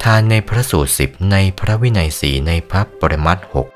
ทานในพระสูตร10ในพระวินัย4ในพระปริมัตถ์6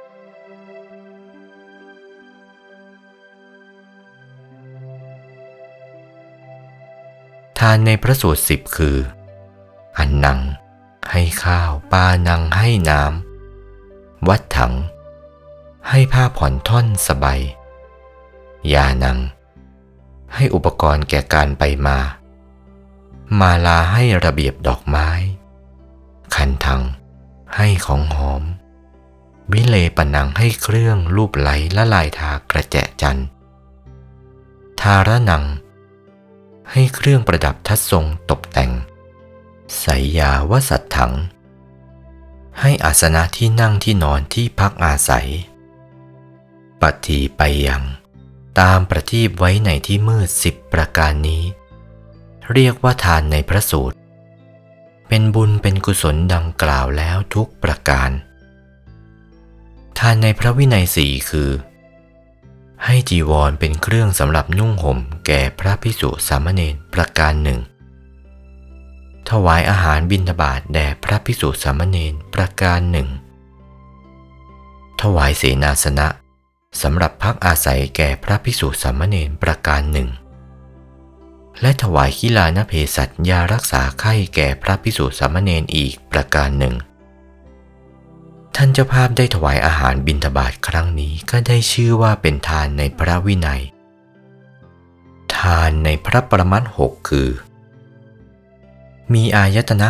ทานในพระสูตร10คืออันนังให้ข้าวปานังให้น้ำวัดถังให้ผ้าผ่อนท่อนสบายยานังให้อุปกรณ์แก่การไปมามาลาให้ระเบียบดอกไม้คันทังให้ของหอมวิเลปนังให้เครื่องลูบไหลละลายทากระแจจันทาระนังให้เครื่องประดับทัดทรงตกแต่งไสยาวสัตถังให้อาสนะที่นั่งที่นอนที่พักอาศัยปฏิไปยังตามประทีปไว้ในที่มืด10ประการนี้เรียกว่าทานในพระสูตรเป็นบุญเป็นกุศลดังกล่าวแล้วทุกประการทานในพระวินัย4คือให้จีวรเป็นเครื่องสำหรับนุ่งห่มแก่พระภิกษุสามเณรประการหนึ่งถวายอาหารบิณฑบาตแด่พระภิกษุสามเณรประการหนึ่งถวายเสนาสนะสำหรับพักอาศัยแก่พระภิกษุสามเณรประการหนึ่งและถวายขิลานเภสัชยารักษาไข้แก่พระภิกษุสามเณรอีกประการหนึ่งท่านเจ้าภาพได้ถวายอาหารบิณฑบาตครั้งนี้ก็ได้ชื่อว่าเป็นทานในพระวินัยทานในพระปรมัตถ์6คือมีอายตนะ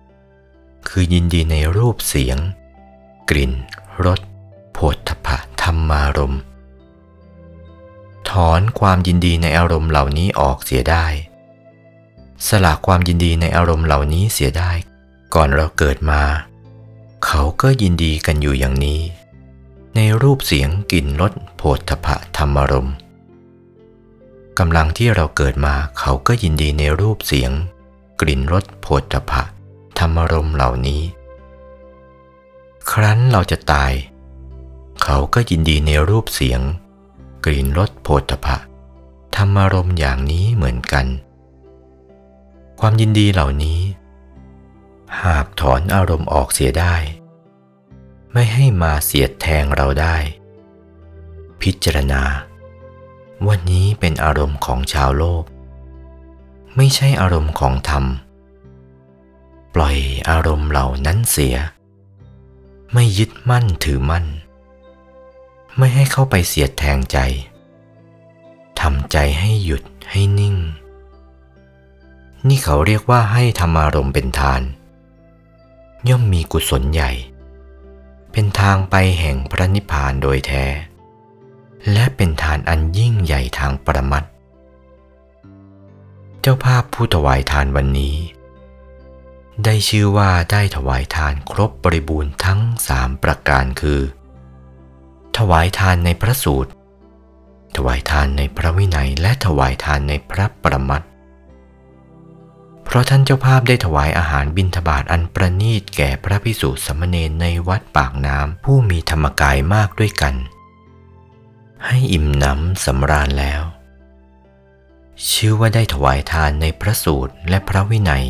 6คือยินดีในรูปเสียงกลิ่นรสโผฏฐัพพะธรรมารมณ์ถอนความยินดีในอารมณ์เหล่านี้ออกเสียได้สละความยินดีในอารมณ์เหล่านี้เสียได้ก่อนเราเกิดมาเขาก็ยินดีกันอยู่อย่างนี้ในรูปเสียงกลิ่นรสโผฏฐัพพะธรรมารมณ์กำลังที่เราเกิดมาเขาก็ยินดีในรูปเสียงกลิ่นรสโผฏฐัพพะธรรมารมณ์เหล่านี้ครั้นเราจะตายเขาก็ยินดีในรูปเสียงกลิ่นรสโผฏฐัพพะธรรมารมณ์อย่างนี้เหมือนกันความยินดีเหล่านี้หากถอนอารมณ์ออกเสียได้ไม่ให้มาเสียดแทงเราได้พิจารณาวันนี้เป็นอารมณ์ของชาวโลกไม่ใช่อารมณ์ของธรรมปล่อยอารมณ์เหล่านั้นเสียไม่ยึดมั่นถือมั่นไม่ให้เข้าไปเสียดแทงใจทำใจให้หยุดให้นิ่งนี่เขาเรียกว่าให้ธรรมารมณ์เป็นทานย่อมมีกุศลใหญ่เป็นทางไปแห่งพระนิพพานโดยแท้และเป็นทานอันยิ่งใหญ่ทางปรมัตถ์เจ้าภาพผู้ถวายทานวันนี้ได้ชื่อว่าได้ถวายทานครบบริบูรณ์ทั้ง3ประการคือถวายทานในพระสูตรถวายทานในพระวินัยและถวายทานในพระปรมัตถ์เพราะท่านเจ้าภาพได้ถวายอาหารบิณฑบาตอันประณีตแก่พระภิกษุสามเณรในวัดปากน้ำผู้มีธรรมกายมากด้วยกันให้อิ่มหนำสำราญแล้วชื่อว่าได้ถวายทานในพระสูตรและพระวินัย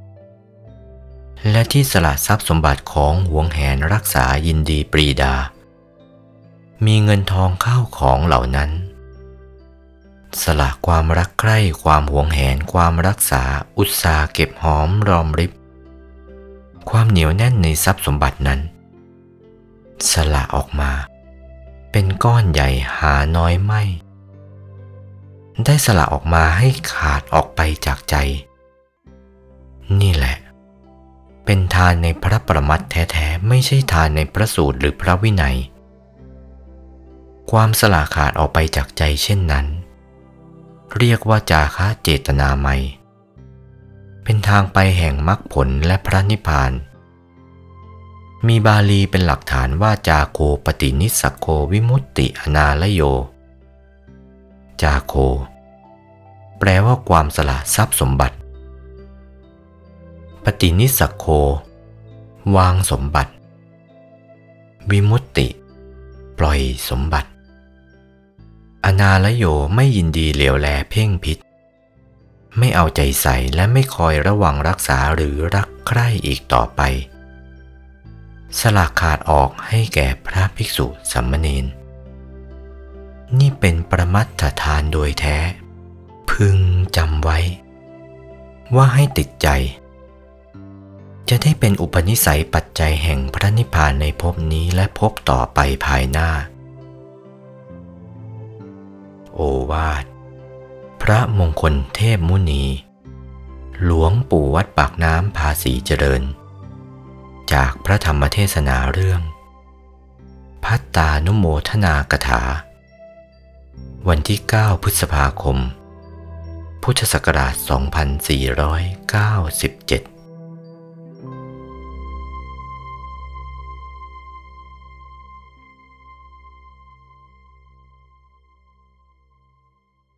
และที่สละทรัพย์สมบัติของหวงแหนรักษายินดีปรีดามีเงินทองข้าวของเหล่านั้นสละความรักใคร่ความหวงแหนความรักษาอุตสาห์เก็บหอมรอมริบความเหนียวแน่นในทรัพย์สมบัตินั้นสละออกมาเป็นก้อนใหญ่หาน้อยไม่ได้สละออกมาให้ขาดออกไปจากใจนี่แหละเป็นทานในพระปรมัตถ์แท้ๆไม่ใช่ทานในพระสูตรหรือพระวินัยความสละขาดออกไปจากใจเช่นนั้นเรียกว่าจาคะเจตนาไมยเป็นทางไปแห่งมรรคผลและพระนิพพานมีบาลีเป็นหลักฐานว่าจาโคปฏินิสสโควิมุตติอนาลโยจาโคแปลว่าความสละทรัพย์สมบัติปฏินิสสโควางสมบัติวิมุตติปล่อยสมบัติอนาลโยไม่ยินดีเหลียวแลเพ่งพิษไม่เอาใจใส่และไม่คอยระวังรักษาหรือรักใคร่อีกต่อไปสละขาดออกให้แก่พระภิกษุสามเณรนี่เป็นประมัตถทานโดยแท้พึงจำไว้ว่าให้ติดใจจะได้เป็นอุปนิสัยปัจจัยแห่งพระนิพพานในภพนี้และภพต่อไปภายหน้าโอวาทพระมงคลเทพมุนีหลวงปู่วัดปากน้ำภาษีเจริญจากพระธรรมเทศนาเรื่องภัตตานุโมทนากถาวันที่ 9 พฤษภาคม พุทธศักราช 2497